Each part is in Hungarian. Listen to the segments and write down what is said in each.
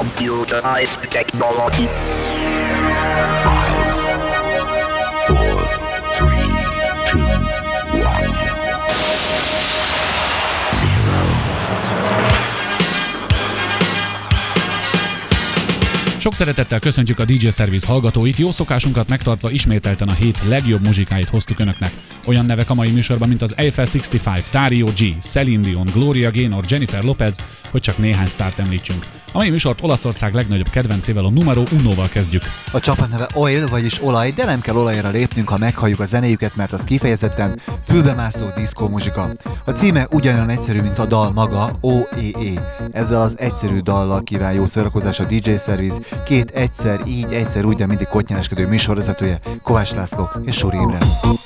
Computerized technology. 5, 4, 3, 2, 1, 0. Sok szeretettel köszöntjük a DJ Service hallgatóit, jó szokásunkat megtartva ismételten a hét legjobb muzsikáit hoztuk önöknek. Olyan nevek a mai műsorban, mint az Eiffel 65, Dario G, Celine Dion, Gloria Gaynor, Jennifer Lopez, hogy csak néhány sztárt említsünk. A mai műsort Olaszország legnagyobb kedvencével, a Numero Unoval kezdjük. A csapat neve Oil, vagyis olaj, de nem kell olajra lépnünk, ha meghalljuk a zenéjüket, mert az kifejezetten fülbemászó diszkó muzsika. A címe ugyanolyan egyszerű, mint a dal maga, OEE. Ezzel az egyszerű dallal kíván jó szórakozás a DJ Service, két egyszer így, egyszer úgy, de mindig kottnyeleskedő műsorvezetője, Kovács László és Suri Imre.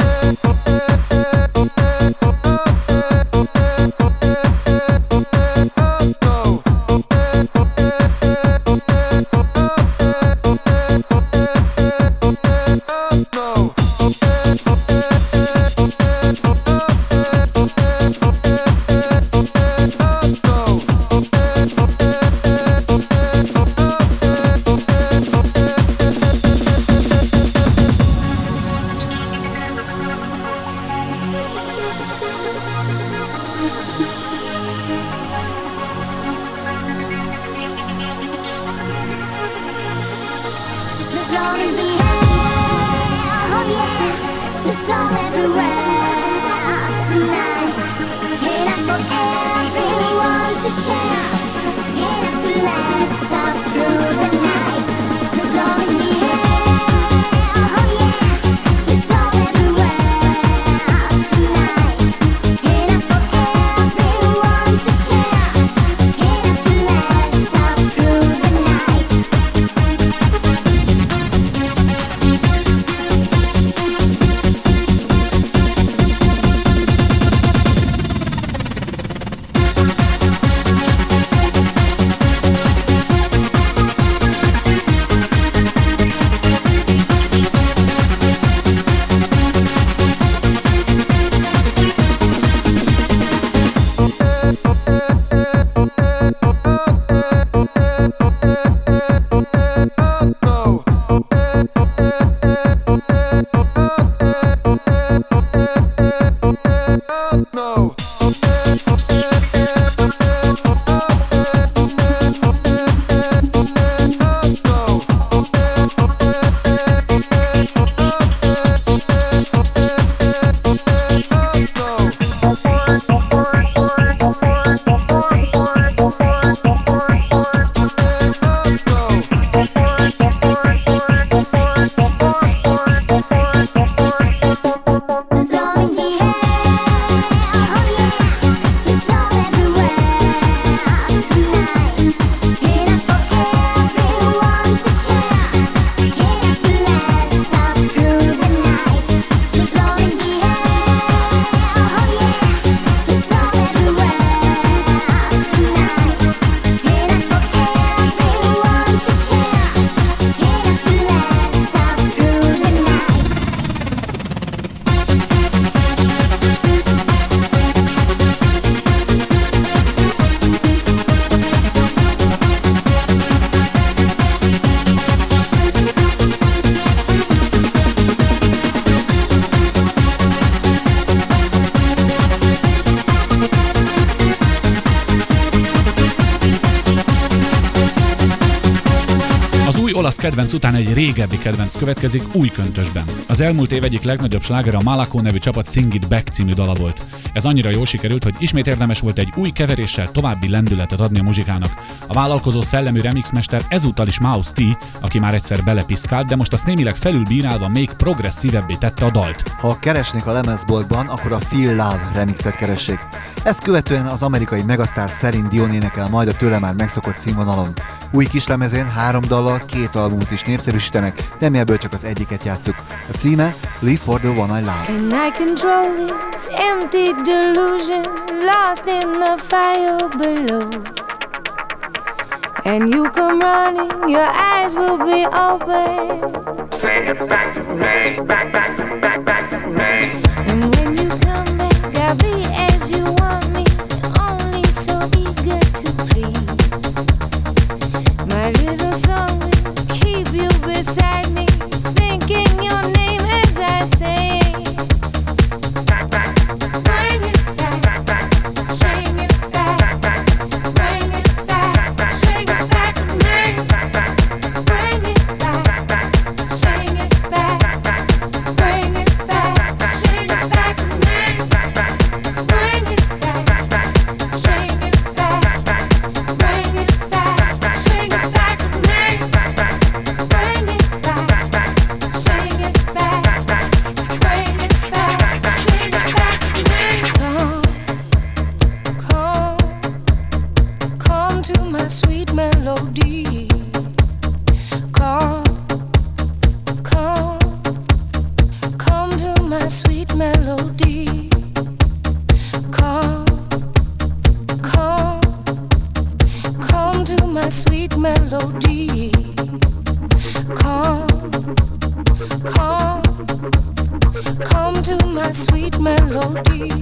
Kedvenc után egy régebbi kedvenc következik új köntösben. Az elmúlt év egyik legnagyobb sláger a Malaco nevű csapat Sing It Back című dala volt. Ez annyira jól sikerült, hogy ismét érdemes volt egy új keveréssel további lendületet adni a muzsikának. A vállalkozó szellemű remixmester ezúttal is Mouse T, aki már egyszer belepiszkált, de most azt némileg felülbírálva még progresszívebbé tette a dalt. Ha keresnék a lemezboltban, akkor a Feel Love remixet keressék. Ezt követően az amerikai megasztár Celine Dion énekel majd a tőle már megszokott színvonalon. Új kislemezén 3 dallal 2 albumot is népszerűsítenek, de mi ebből csak az egyiket játsszuk. A címe Live for the One I Love. And I control this empty delusion, lost in the fire below. And you come running, your eyes will be open. Sing it back to me, back to me. And when you come back, I'll be as you want me, only so eager to please. My sweet melody. Come, come, come to my sweet melody. Come, come, come to my sweet melody. Come, come, come to my sweet melody.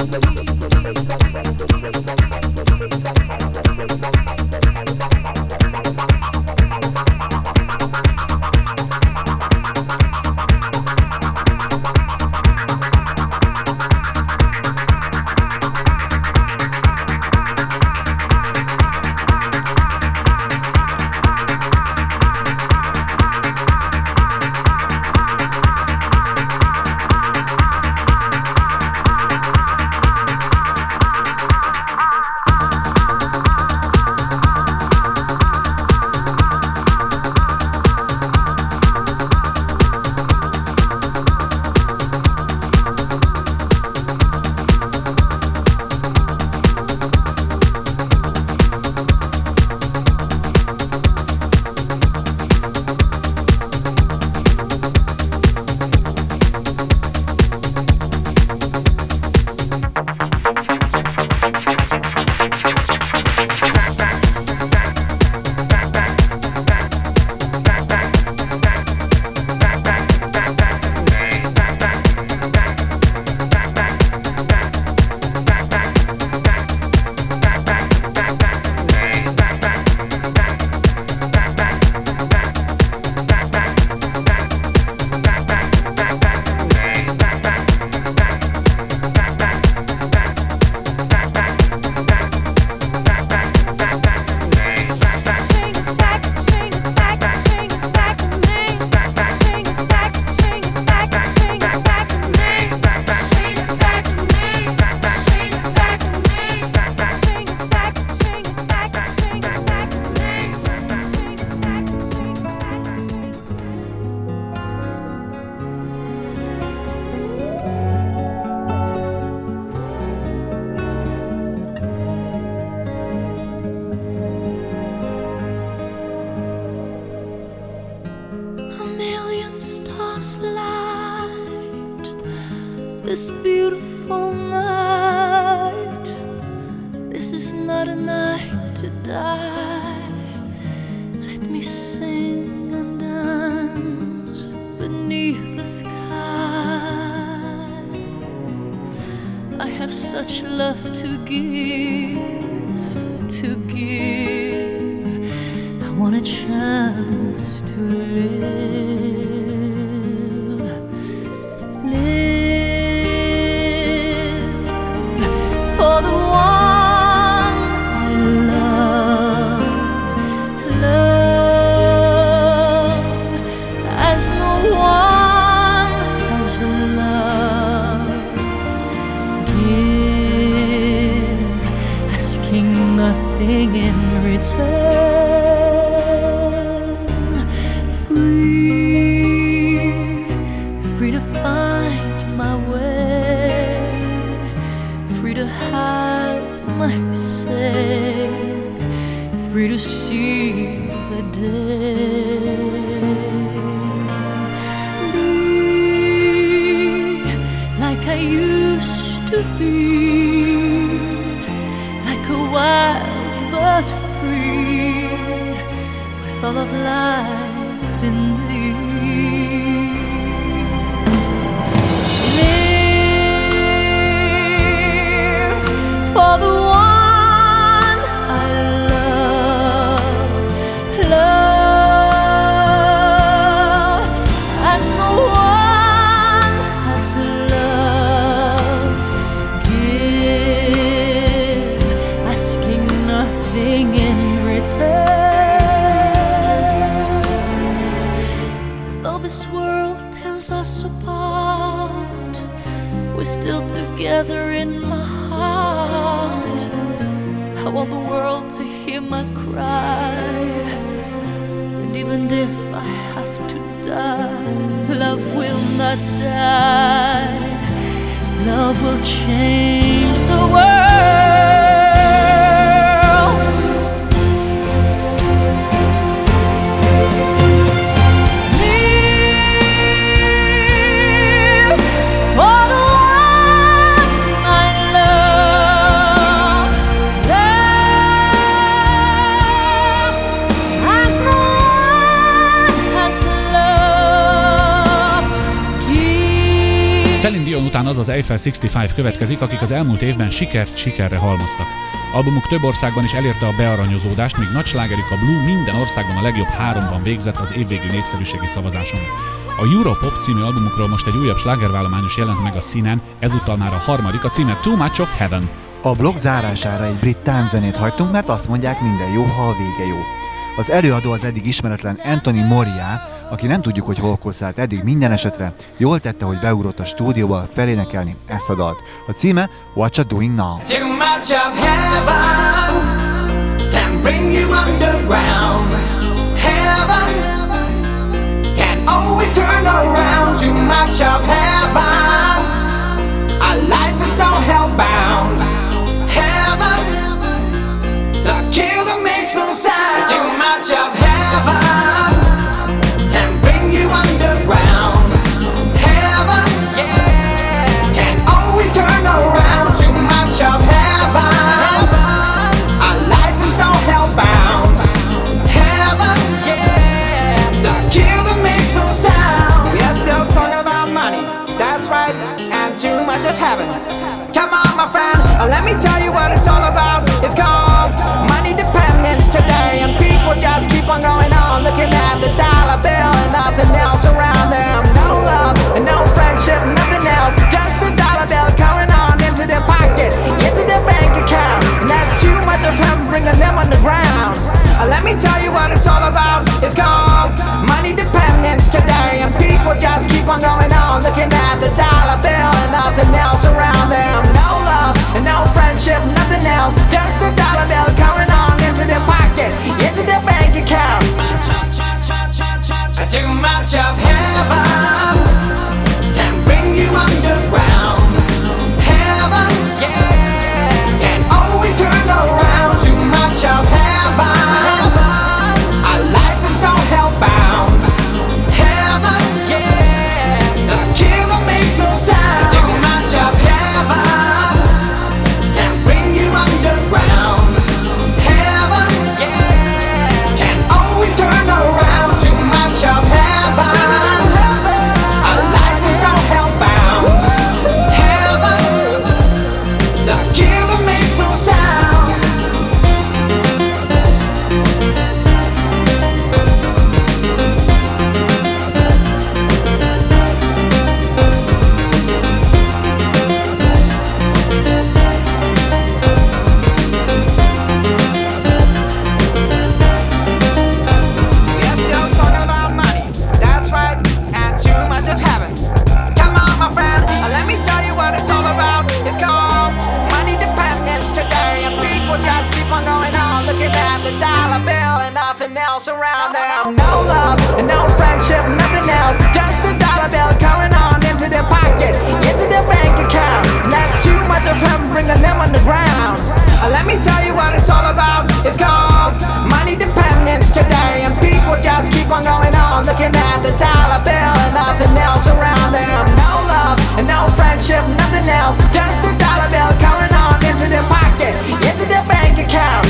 This beautiful night. This is not a night to die. Let me sing and dance beneath the sky. I have such love to give, to give. I want a chance to live. For the one I love, love as no one has loved. Give, asking nothing in return. Free, free to find my way. Free to have my say, free to see the day. Be like I used to be, like a wild but free, with all of life in me. For the one I love, love as no one has loved. Give, asking nothing in return. Though this world tears us apart, we're still together in my heart. I want the world to hear my cry, and even if I have to die, love will not die. Love will change the world. Celine Dion után az az Eiffel 65 következik, akik az elmúlt évben sikert sikerre halmoztak. Albumuk több országban is elérte a bearanyozódást, míg nagy slágerük a Blue minden országban a legjobb 3-ban végzett az évvégi népszerűségi szavazáson. A Europop című albumukról most egy újabb slágerválományos jelent meg a színen, ezúttal már a harmadik, a címe Too Much of Heaven. A blog zárására egy brit tánczenét hagytunk, mert azt mondják, minden jó, ha a vége jó. Az előadó az eddig ismeretlen Anthony Moria, aki nem tudjuk, hogy hol kosszált eddig, minden esetre jól tette, hogy beugrott a stúdióba felénekelni ezt a dalt. A címe What You Doing Now. Too much of heaven can bring you underground. Heaven can always turn around. Too much of heaven, our life is all hellbound. Heaven, the killer makes no sound. Too much of heaven can bring you underground. Heaven, yeah, can always turn around. Too much of heaven, our life is all hellbound. Heaven, yeah, the killer makes no sound. We are still talking about money, that's right, and too much of heaven. Come on, my friend, let me tell you what it's all about. It's called money dependence today, and people just keep on going on, looking at the dollar bill and nothing else around them. No love and no friendship, nothing else, just the dollar bill going on into their pocket, into their bank account, and that's too much of him bringing them underground. Let me tell you what it's all about. It's called money dependence today, and people just keep on going on, looking at the dollar bill and nothing else around them. No love and no friendship, nothing else, just the dollar bill going on into their pocket, into their bank account. Too much of heaven can bring you underground. Heaven, yeah, can always turn around. Too much of heaven, our life is all hellbound. Heaven, yeah, the killer makes no sound. Too much of heaven can bring you underground. Heaven, yeah, can always turn around. Too much of heaven, our life is all hellbound. Heaven, the killer makes no sound. We're still talking about money, that's right, and too much of heaven. Come on, my friend, let me tell you what it's all about. It's called money dependence today, and people just keep on going on, looking at the dollar bill and nothing else around them. No love and no friendship, nothing else, just the dollar bill going on into their pocket, into their bank account, and that's too much of him bringing them underground. Let me tell you what it's all about. It's called money dependence today, and people just keep on going on, looking at the dollar bill and nothing else around them. No love and no friendship, nothing else, just the dollar bill going on into their pocket, into their bank account.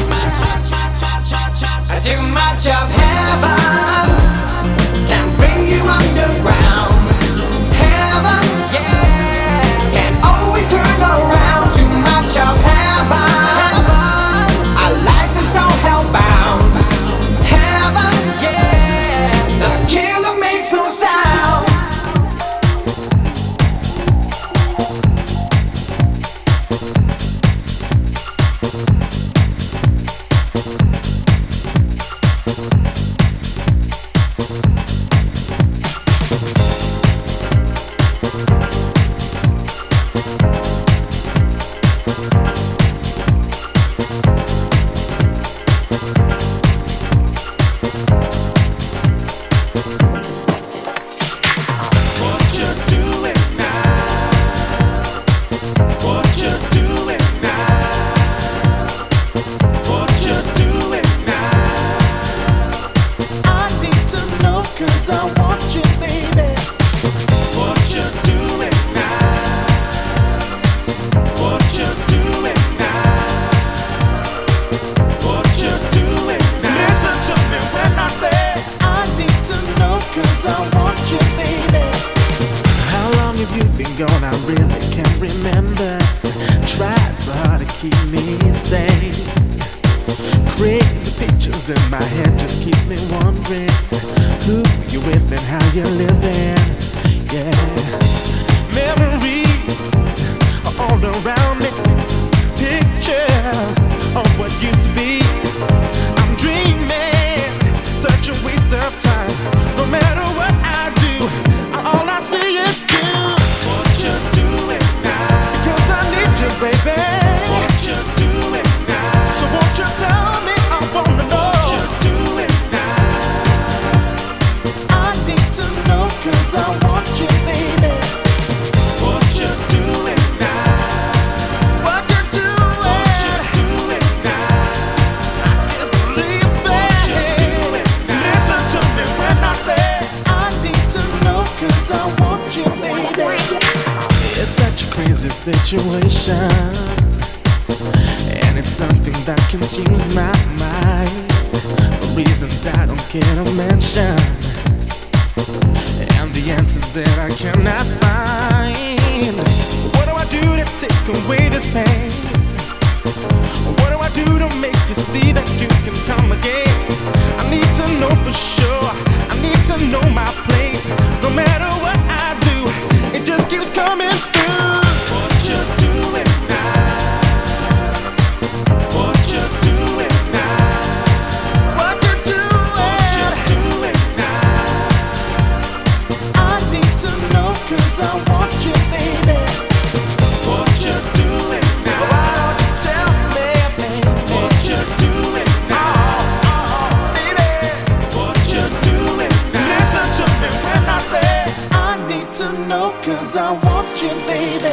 Too much of heaven can bring you underground. Heaven, yeah, can always turn around. Too much of heaven, our life is all hellbound. Heaven, yeah, the killer makes no sound. Gone say. Crazy pictures in my head just keeps me wondering who you with and how you living. Yeah, memories are all around me. Pictures of what used to be. I'm dreaming, such a waste of time. No matter what I do, all I see is you. What you doing now? Because I need you, baby. What you doing now? So won't you tell me? I wanna know. What you doing now? I need to know, 'cause I want you, baby. What you doing now? What you doing? What you doing now? I can't believe it. What you doing now? Listen to me when I say I need to know, 'cause I want you, baby. It's such a crazy situation, and it's something that consumes my mind for reasons I don't care to mention, and the answers that I cannot find. What do I do to take away this pain? What do I do to make you see that you can come again? I need to know for sure. I need to know my place. No matter what I do, it just keeps coming through. What you doing now? What you doing now? What you doing? What you doing now? I need to know, 'cause I want you, baby. What you doing now? Why don't you tell me, baby? What you doing now? Baby, what you doing now? Listen to me when I say I need to know, 'cause I want you, baby.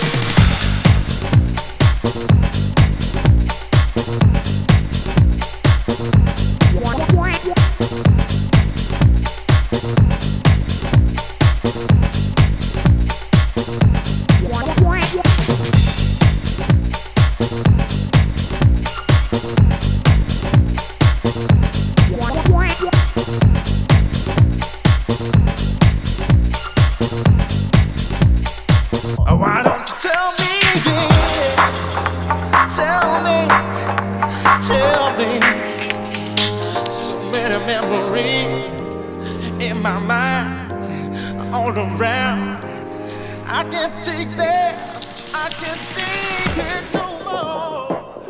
Why don't you tell me, tell me, tell me. So many memories in my mind, all around. I can't take that, I can't take it no more.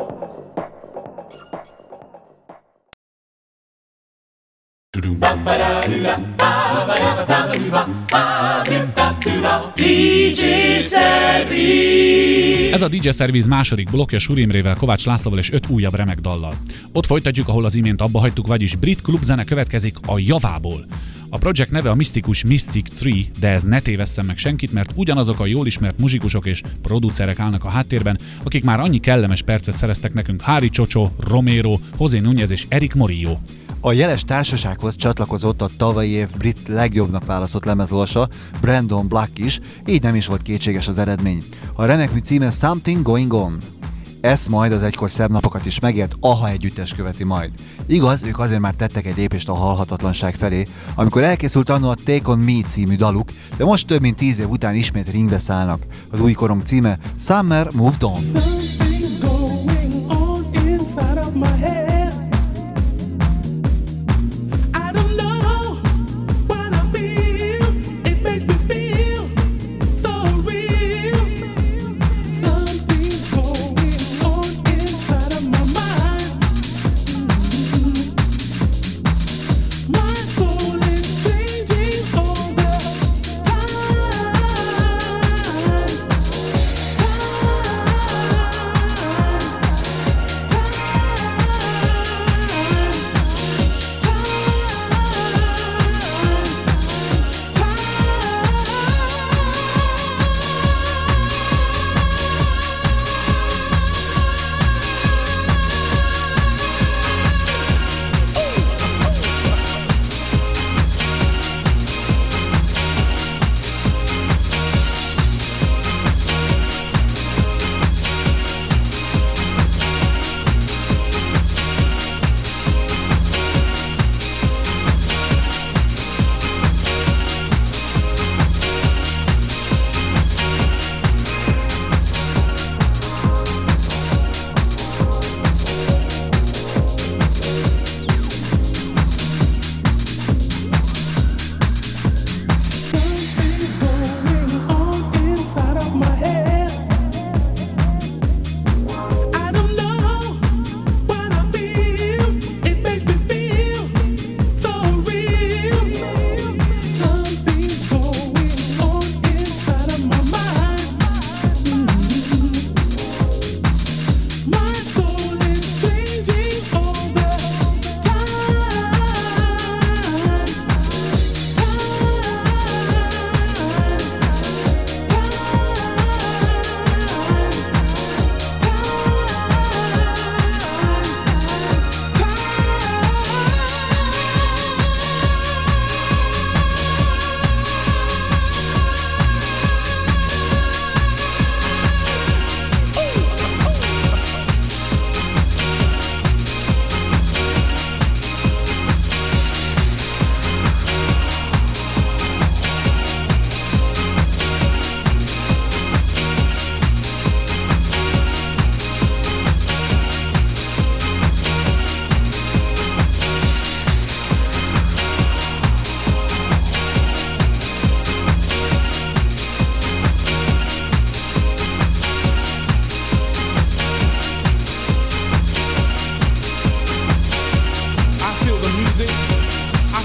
Ez a DJ Service második blokkja Suri Imrével, Kovács Lászlóval és 5 újabb remek dallal. Ott folytatjuk, ahol az imént abba hagytuk, vagyis brit klubzene következik a javából. A projekt neve a misztikus Mystic Tree, de ez ne tévesszem meg senkit, mert ugyanazok a jól ismert muzsikusok és producerek állnak a háttérben, akik már annyi kellemes percet szereztek nekünk: Harry Csocsó, Romero, José Núñez és Eric Morillo. A jeles társasághoz csatlakozott a tavalyi év brit legjobbnak választott lemezolsa, Brandon Black is, így nem is volt kétséges az eredmény. A remekmű címe Something Going On. Ez majd az egykor szebb napokat is megért AHA együttes követi majd. Igaz, ők azért már tettek egy lépést a halhatatlanság felé, amikor elkészült annó a Take On Me című daluk, de most több mint 10 év után ismét ringbe szállnak. Az új korom címe Summer Moved On.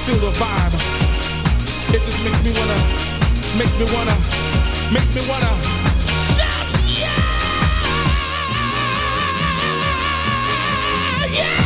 feel the vibe. It just makes me wanna shout, yeah! Yeah!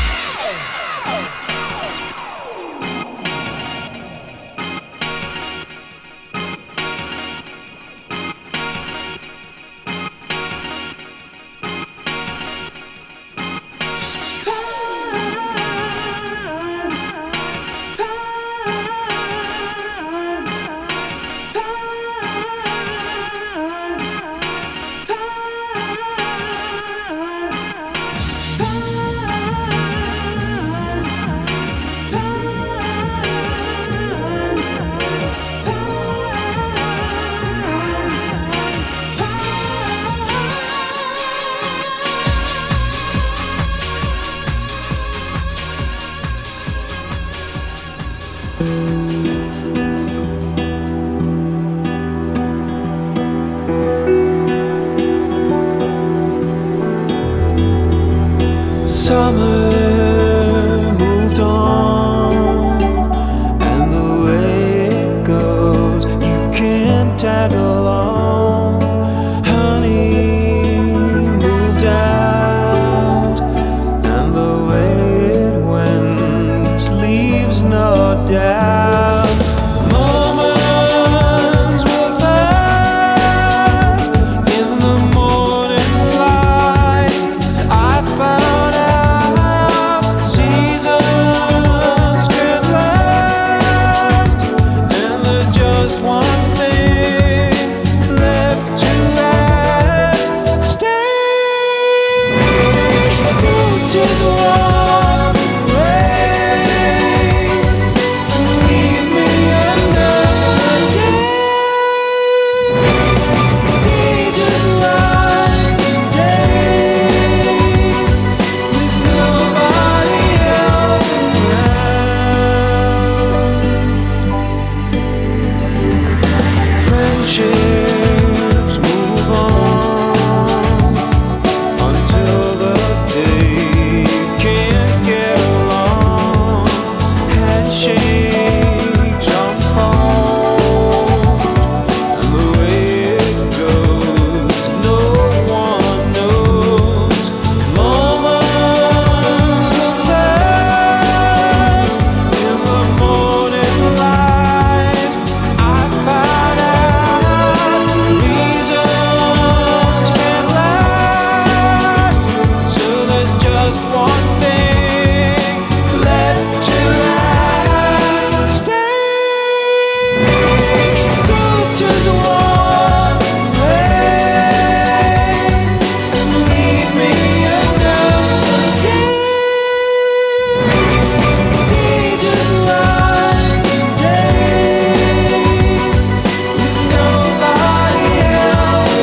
Summer moved on, and the way it goes, you can tag along. Honey moved out, and the way it went leaves no doubt. Moments will pass in the morning light. I found out seasons can last, and there's just one thing left to ask. Stay, don't just walk away and leave me another day. Day just like today, with nobody else around. Friendships move on until the day you can't get along. Handshakes unfold, and the way it goes, no one knows. Moments will pass in the morning light. I found out reasons can last, so there's just one thing left to ask. Stay, don't just walk away and leave me another day. Day just like today, with nobody else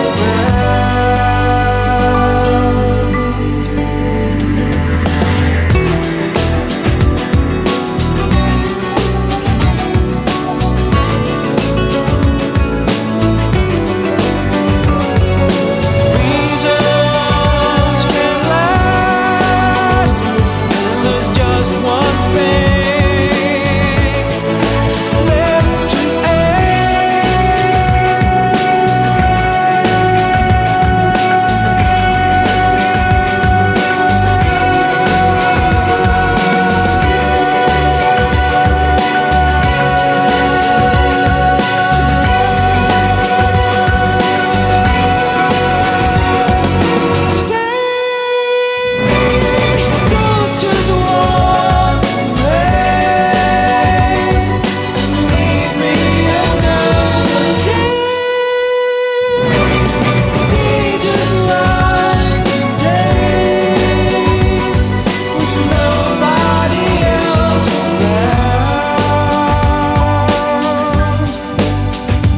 Reasons can last, and there's just one thing left to Stay, don't just walk away and leave me another day. Day just like today, with nobody else around.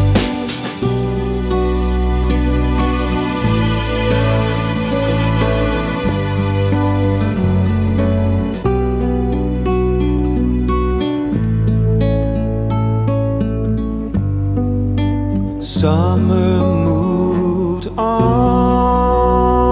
Summer moved on.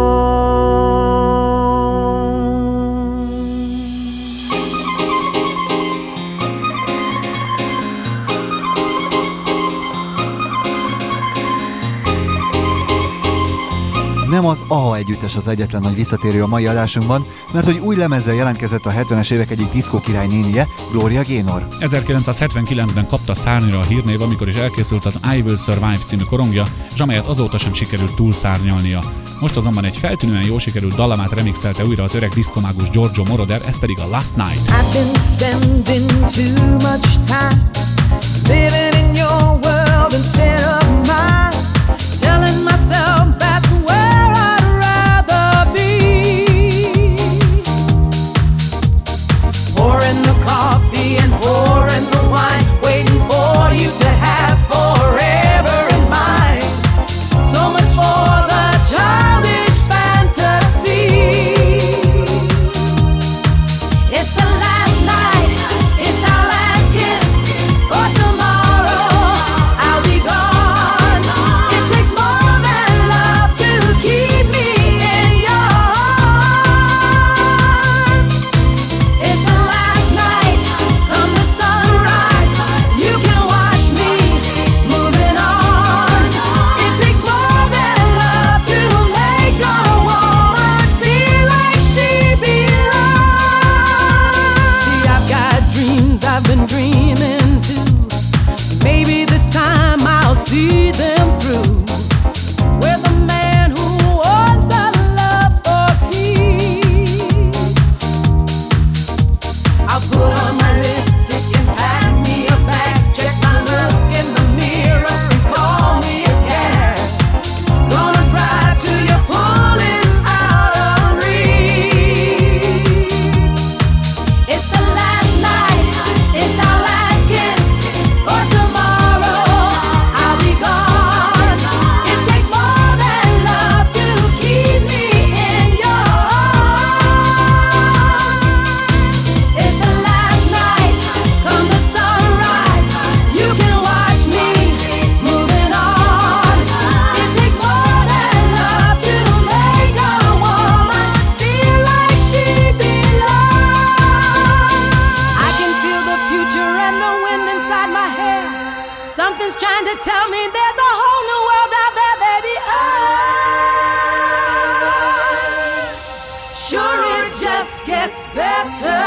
nem az AHA együttes az egyetlen nagy visszatérő a mai adásunkban, mert hogy új lemezzel jelentkezett a 70-es évek egyik diszkó király nénie, Gloria Gaynor. 1979-ben kapta szárnyra a hírnév, amikor is elkészült az I Will Survive című korongja, és amelyet azóta sem sikerült túlszárnyalnia. Most azonban egy feltűnően jól sikerült dallamát remixelte újra az öreg diszkomágus Giorgio Moroder, ez pedig a Last Night. I've been spending too much time living in your world instead of mine, telling myself that's where I'd rather be. Pouring the coffee and pouring the wine, waiting for you to have forever in mind. So much for the childish fantasy. It's the last night, it's our last kiss. For tomorrow I'll be gone. It takes more than love to keep me in your arms. It's the last night, come the sunrise, you can watch me moving on. It takes more than love to make a woman feel like she belongs. See, I've got dreams I've been dreaming too. Maybe this time I'll see them through. With a man who wants a love for keeps. I'll put on my lipstick and pack me a bag. Check my look in the mirror and call me a cab. Gonna drive till your pulling's out of reach. It's the last night, it's our last kiss. For tomorrow I'll be gone. It takes more than love to keep me in your arms. It's the last night, come the sunrise, you can watch me moving on. It takes more than love to make a woman feel like she belongs. I can feel the future and the wind inside my hair. Something's trying to tell me there's a whole new world out there, baby. Sure it just gets better.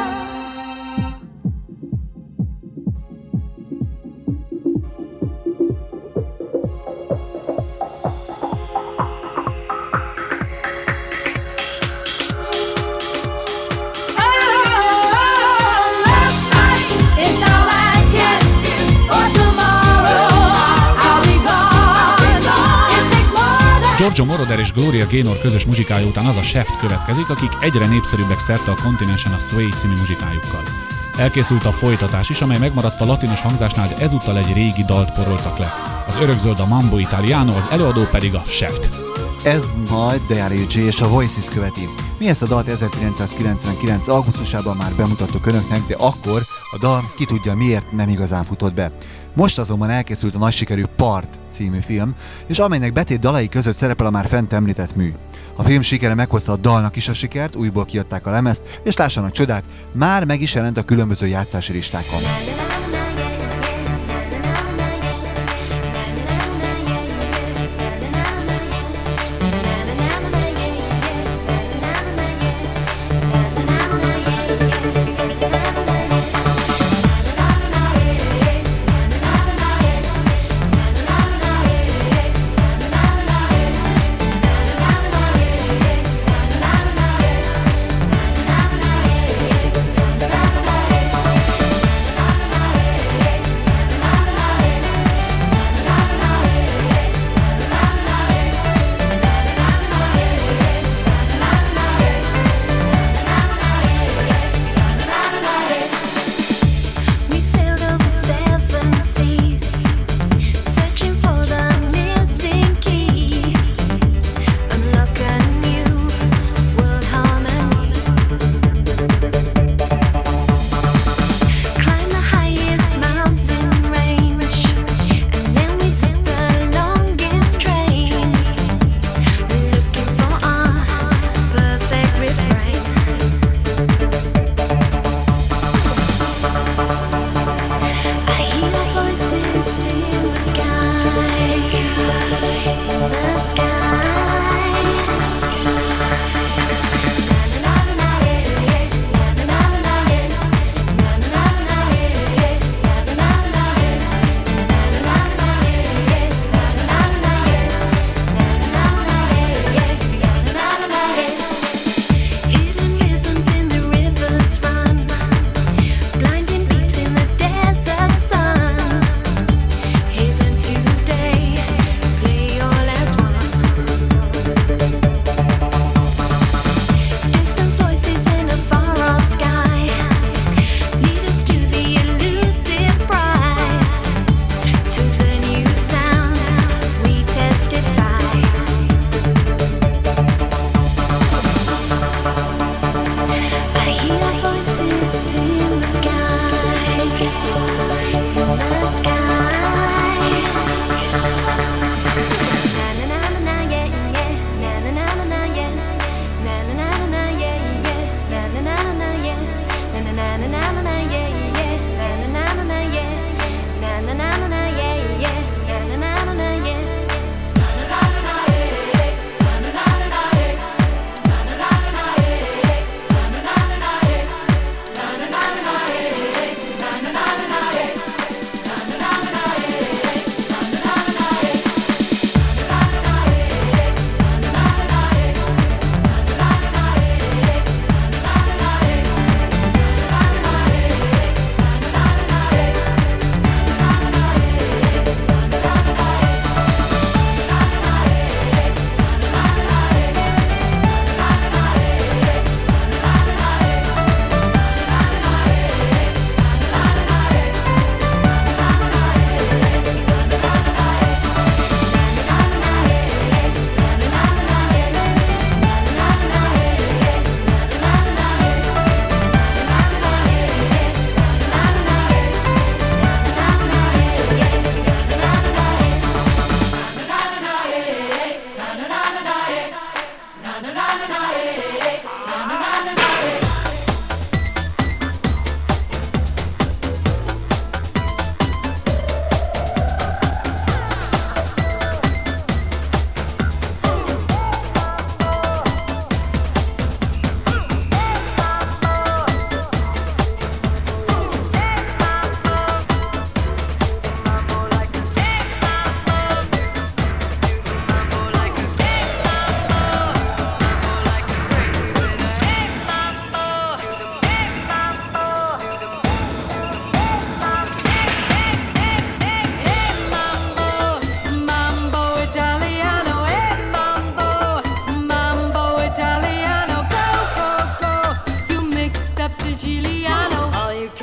Last night, it's our last kiss. For tomorrow I'll be gone. It takes more than Giorgio Moroder és Gloria Gaynor közös muzsikája után az a Shaft következik, akik egyre népszerűbbek szerte a kontinensen a Sway című muzsikájukkal. Elkészült a folytatás is, amely megmaradt a latinos hangzásnál, de ezúttal egy régi dalt poroltak le. Az örökzöld a Mambo Italiano, az előadó pedig a Shaft. Ez majd Diary J és a Voices követi. Mi ezt a dalt 1999. augusztusában már bemutattuk önöknek, de akkor a dal ki tudja miért nem igazán futott be. Most azonban elkészült a nagy sikerű Part című film, és amelynek betét dalai között szerepel a már fent említett mű. A film sikere meghozta a dalnak is a sikert, újból kiadták a lemezt, és lássanak csodát, már meg is jelent a különböző játszási listákon.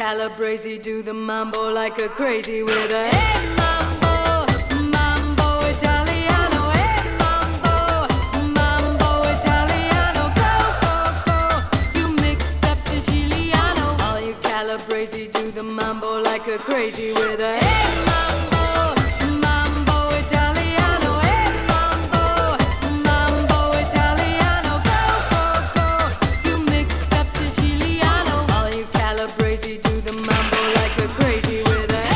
Calabrese do the mambo like a crazy with a hey mambo, mambo Italiano, hey mambo, mambo Italiano, go, go, go. You mixed up Siciliano. All you Calabrese do the mambo like a crazy with a hey mambo, mambo Italiano, hey mambo, mambo Italiano, go, go, go. You mixed up Siciliano. All you Calabrese do the mambo like a crazy with a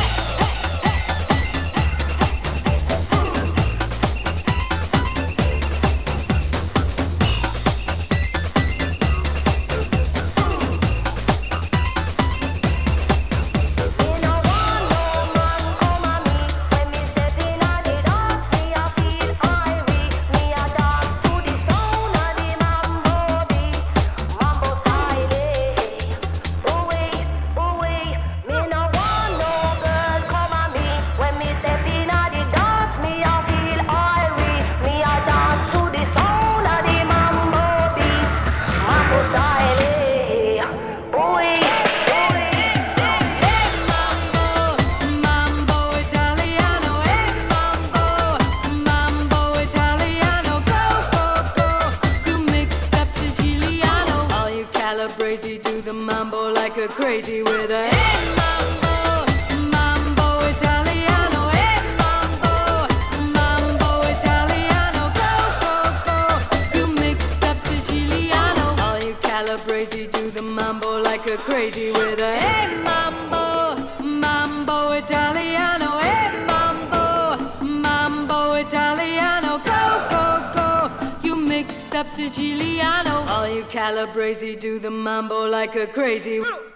Calabrese do the mambo like a crazy with a hey mambo, mambo Italiano, hey mambo, mambo Italiano, go, go, go. You mixed up Siciliano. All you Calabrese do the mambo like a crazy with a hey mambo, mambo Italiano, hey mambo, mambo Italiano, go, go, go. You mixed up Siciliano. All you Calabrese do the mambo like a crazy.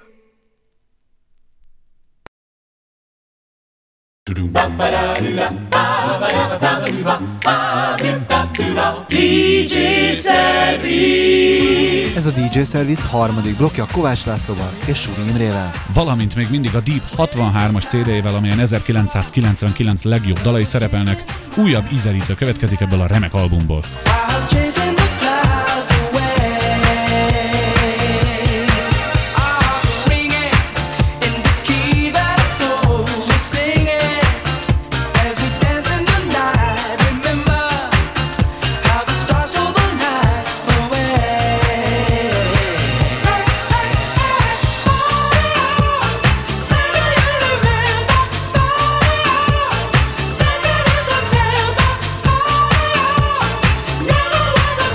DJ Service. Ez a DJ Service harmadik blokkja Kovács Lászlóval és Suri Imrével. Valamint még mindig a Deep 63-as CD-vel, amelyen 1999 legjobb dalai szerepelnek, újabb ízelítő következik ebből a remek albumból. Never was a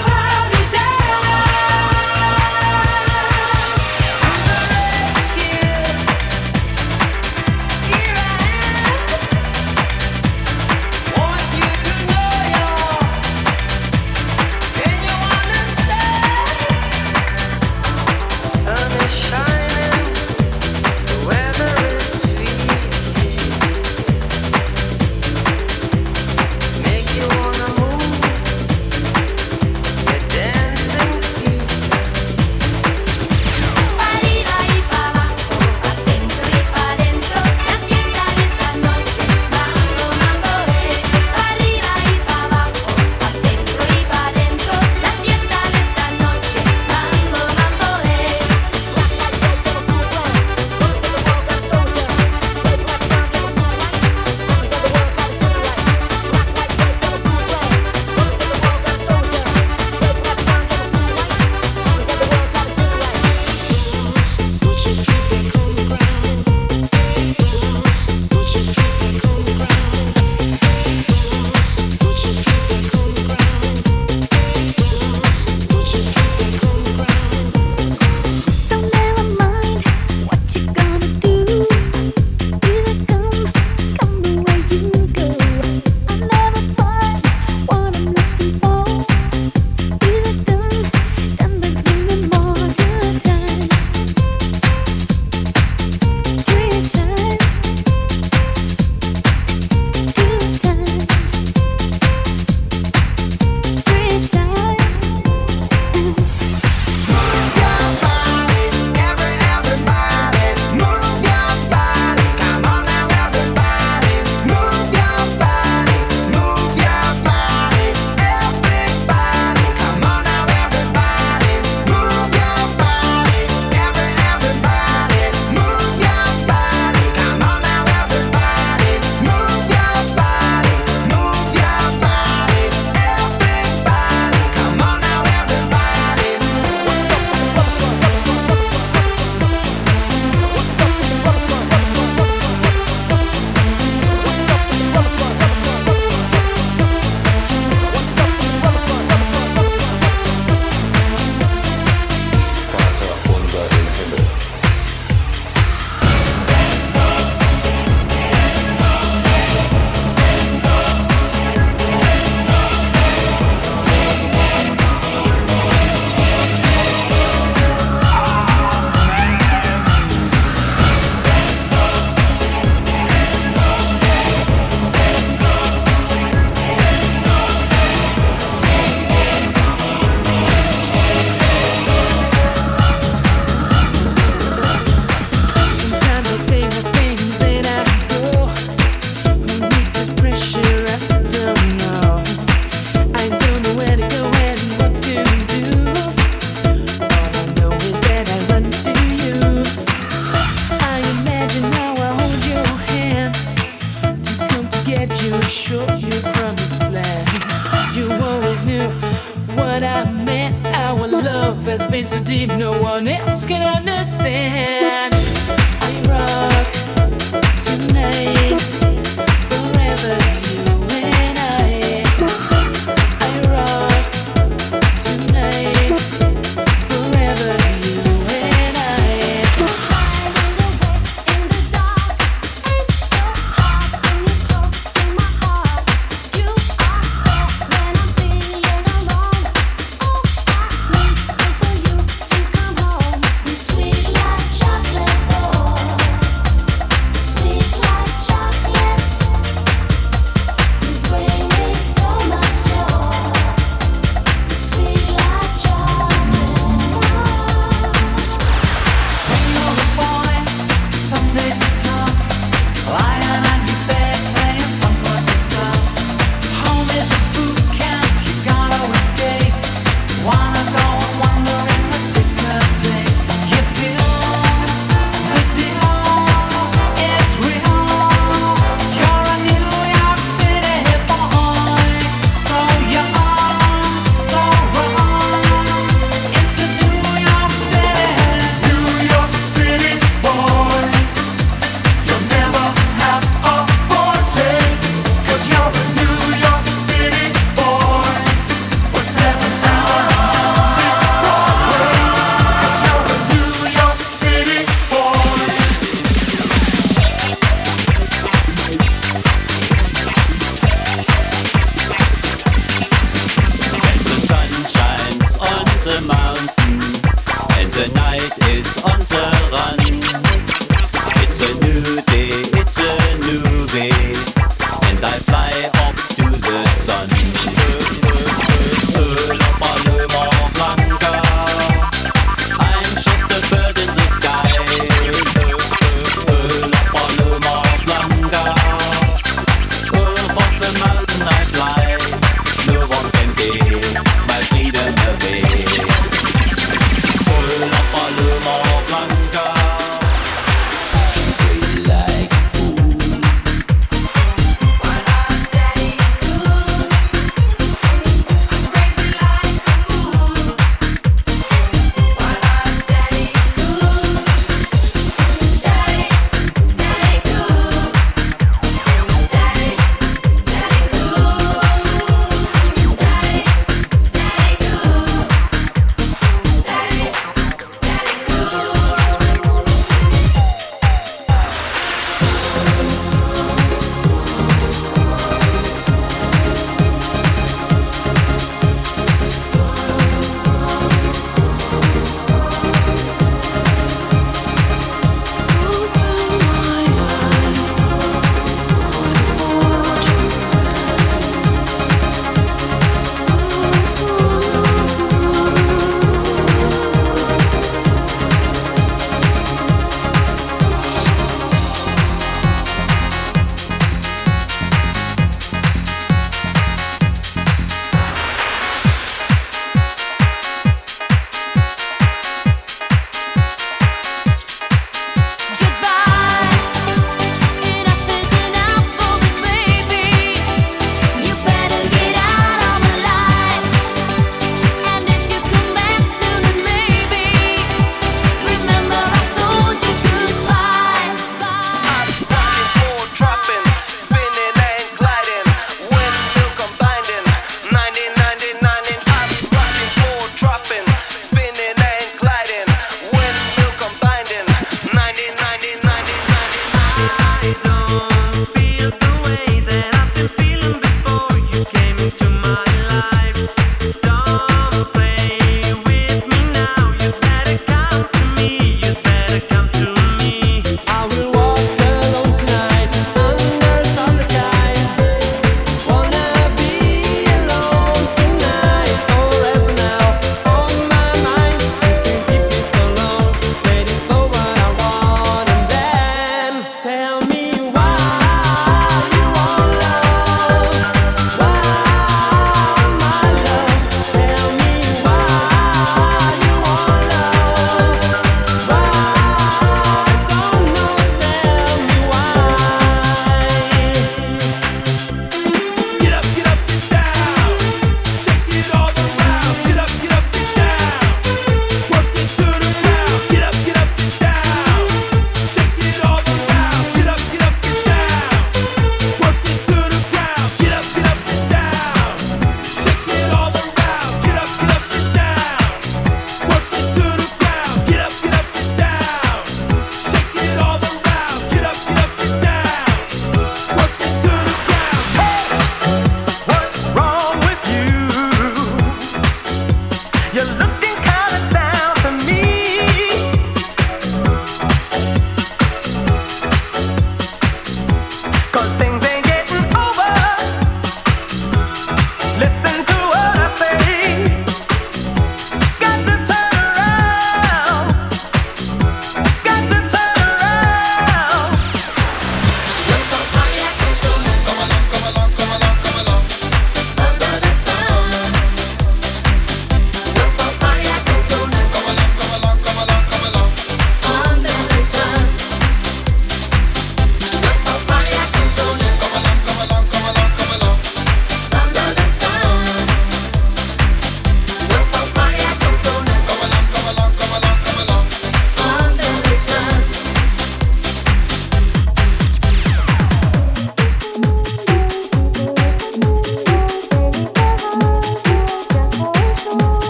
understand. I rock tonight, forever you and I rock tonight, forever you and I. In the dark, ain't so hard when you're close to my heart. You are there when I'm feeling alone. All I need is for you to come home. Be sweet like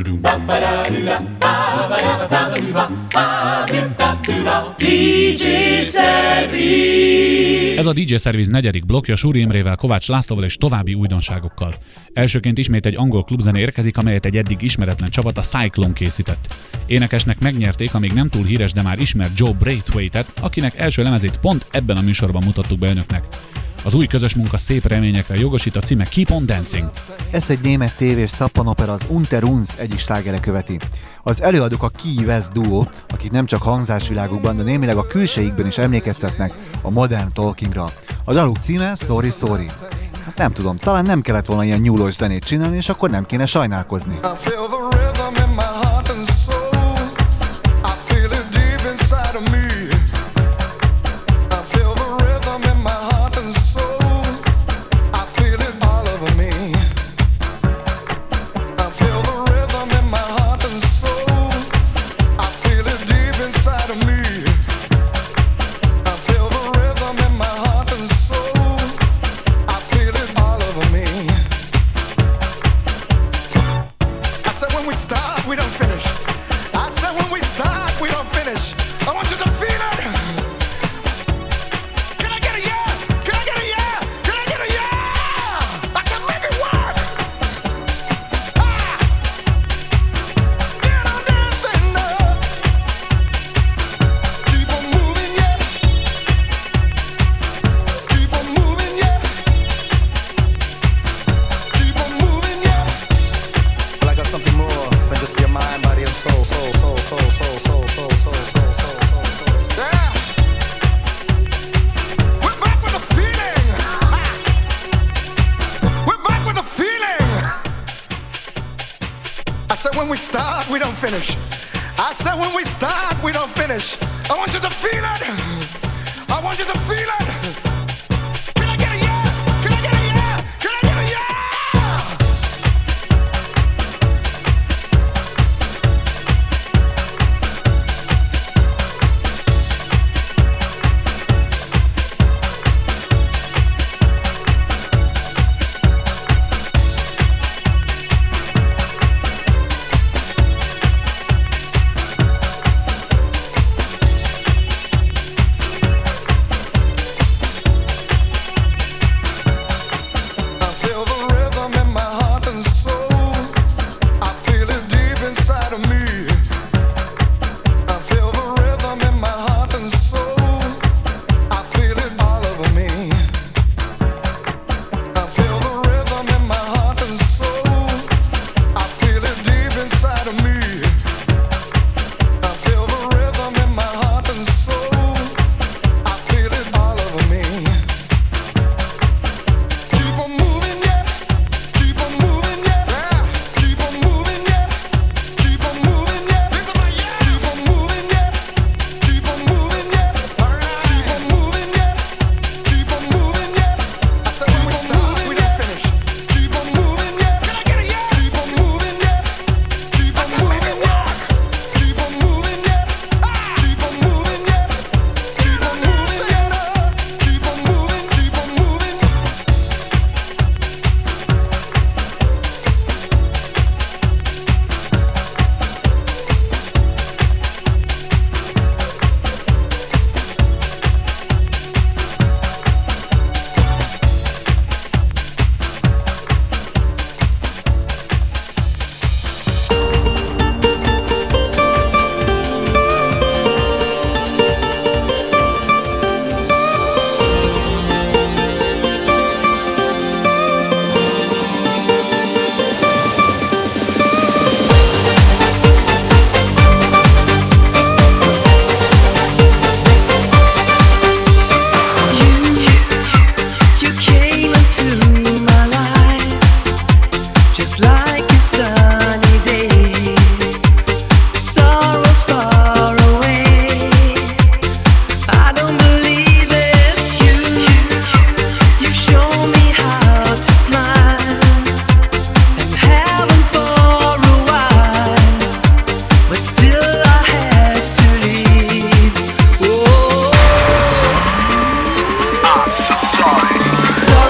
Ez a DJ Service negyedik blokkja Súri Imrével, Kovács Lászlóval és további újdonságokkal. Elsőként ismét egy angol klubzene érkezik, amelyet egy eddig ismeretlen csapat, a Cyclone készített. Énekesnek megnyerték a még nem túl híres, de már ismert Joe Braithwaite-et, akinek első lemezét pont ebben a műsorban mutattuk be önöknek. Az új közös munka szép reményekre jogosít, a címe Keep on Dancing. Ezt egy német tévés szappanopera, az Unter uns egyik slágere követi. Az előadók a Key West duo, akik nem csak hangzásvilágukban, de némileg a külseikben is emlékeztetnek a modern talkingra. A daluk címe Sorry Sorry. Hát nem tudom, talán nem kellett volna ilyen nyúlós zenét csinálni, és akkor nem kéne sajnálkozni.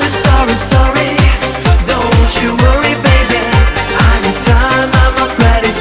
Sorry, don't you worry, baby. Anytime I'm not ready.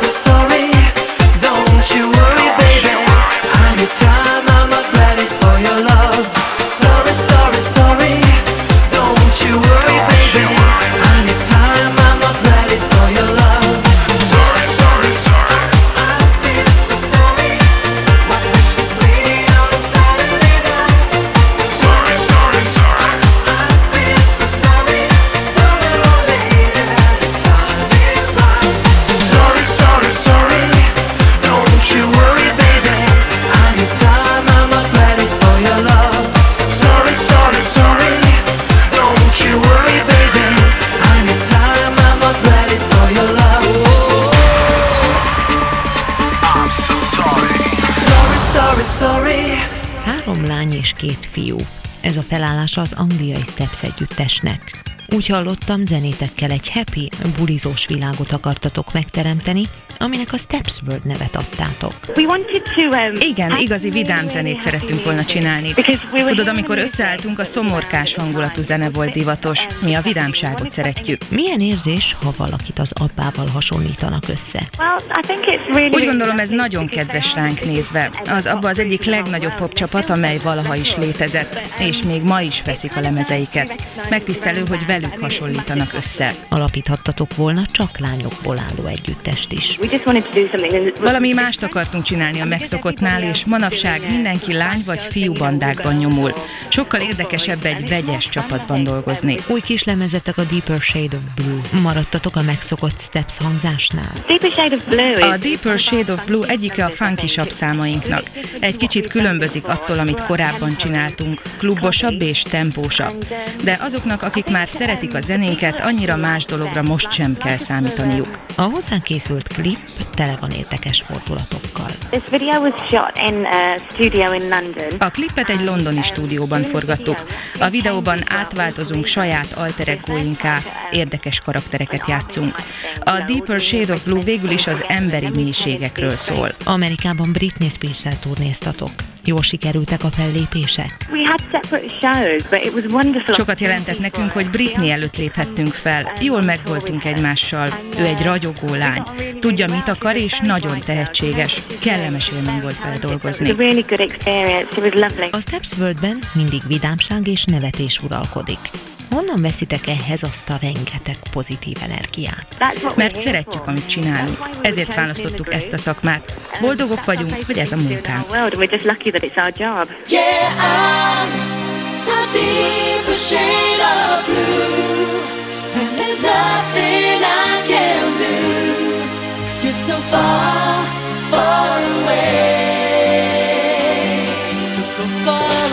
sorry. Don't you worry, baby. Anytime I'm not ready for your love. Sorry, sorry, sorry. Don't you worry, baby. Anytime I'm not ready for your love. Sorry, sorry, sorry. I feel so sorry. My precious lady on a Saturday night. Sorry, sorry, sorry. I feel so sorry. Sorry, oh lady, the time is right. Sorry, sorry, sorry. Don't you worry, baby. Anytime I'm not ready for your love. Sorry, sorry, sorry. Don't you worry, baby. Anytime I'm not ready for your love. I'm so sorry. Sorry, sorry, sorry. 3 lány és 2 fiú. Ez a felállása az angliai Steps együttesnek. Úgy hallottam, zenétekkel egy happy, bulizós világot akartatok megteremteni, aminek a Steps World nevet adtátok. Igen, igazi vidám zenét szerettünk volna csinálni. Tudod, amikor összeálltunk, a szomorkás hangulatú zene volt divatos. Mi a vidámságot szeretjük. Milyen érzés, ha valakit az Abbával hasonlítanak össze? Úgy gondolom, ez nagyon kedves ránk nézve. Az Abba az egyik legnagyobb popcsapat, amely valaha is létezett, és még ma is veszik a lemezeiket. Megtisztelő, hogy velük hasonlítanak össze. Alapíthattatok volna csak lányokból álló együttest is. Valami mást akartunk csinálni a megszokottnál, és manapság mindenki lány vagy fiú bandákban nyomul. Sokkal érdekesebb egy vegyes csapatban dolgozni. Új kislemezetek a Deeper Shade of Blue. Maradtatok a megszokott Steps hangzásnál? A Deeper Shade of Blue egyike a funky-sabb számainknak. Egy kicsit különbözik attól, amit korábban csináltunk. Klubosabb és tempósabb. De azoknak, akik már szeretik a zenénket, annyira más dologra most sem kell számítaniuk. A hozzánk készült klip tele van érdekes fordulatokkal. A klipet egy londoni stúdióban forgattuk. A videóban átváltozunk saját alter egóinká, érdekes karaktereket játszunk. A Deeper Shade of Blue végül is az emberi mélységekről szól. Amerikában Britney Spears-szel turnéztatok. Jól sikerültek a fellépések? Sokat jelentett nekünk, hogy Britney előtt léphettünk fel. Jól megvoltunk egymással. Ő egy ragyogó lány. Tudja, mit akar, és nagyon tehetséges. Kellemes élmény volt vele dolgozni. A Steps Worldben mindig vidámság és nevetés uralkodik. Honnan veszitek ehhez azt a rengeteg pozitív energiát? Mert szeretjük, amit csinálunk. Ezért választottuk ezt a szakmát. Boldogok vagyunk, hogy ez a munkánk. Yeah, I'm a deeper shade of blue, and there's nothing I can do. You're so far, far away. You're so far away.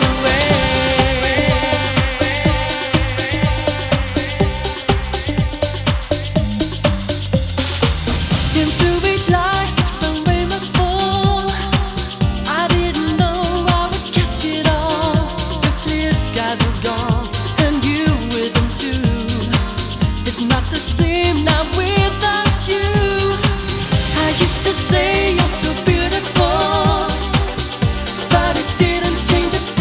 Into each life, some rain must fall. I didn't know I would catch it all. The clear skies are gone, and you with them too. It's not the same now without you. I used to say you're so beautiful, but it didn't change a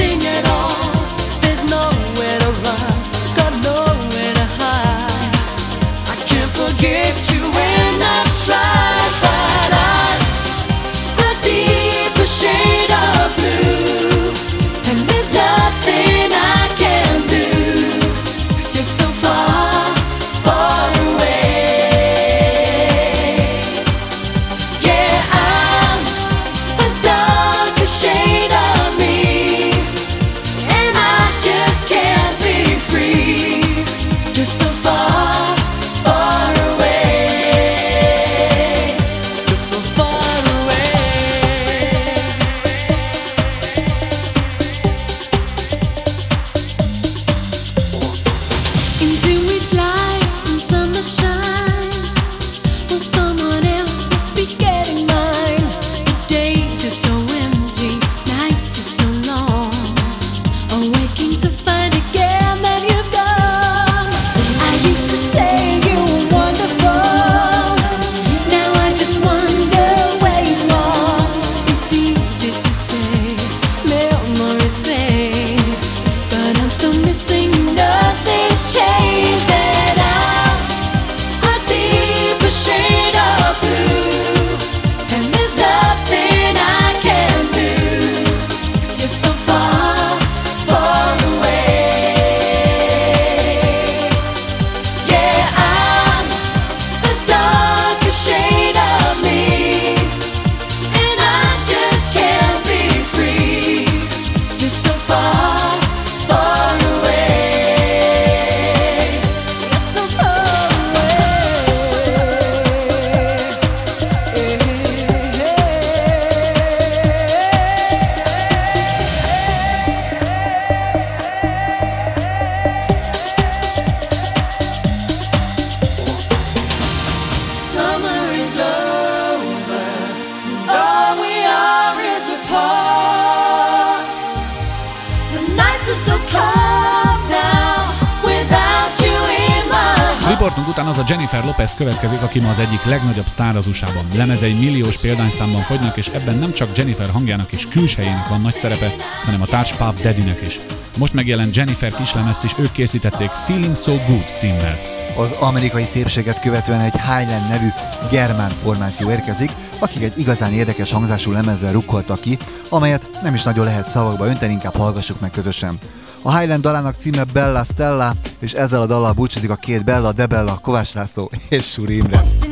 Riportunk után az a Jennifer Lopez következik, aki ma az egyik legnagyobb sztár az USA-ban. Lemezei milliós példányszámban fogynak, és ebben nem csak Jennifer hangjának és külsejének van nagy szerepe, hanem a társ Puff Daddynek is. Most megjelent Jennifer kislemezt is ők készítették Feeling So Good címmel. Az amerikai szépséget követően egy Highland nevű germán formáció érkezik, akik egy igazán érdekes hangzású lemezzel rukkoltak ki, amelyet nem is nagyon lehet szavakba önteni, inkább hallgassuk meg közösen. A Highland dalának címe Bella Stella, és ezzel a dallal búcsúzik a két Bella, De Bella, Kovács László és Suri Imre.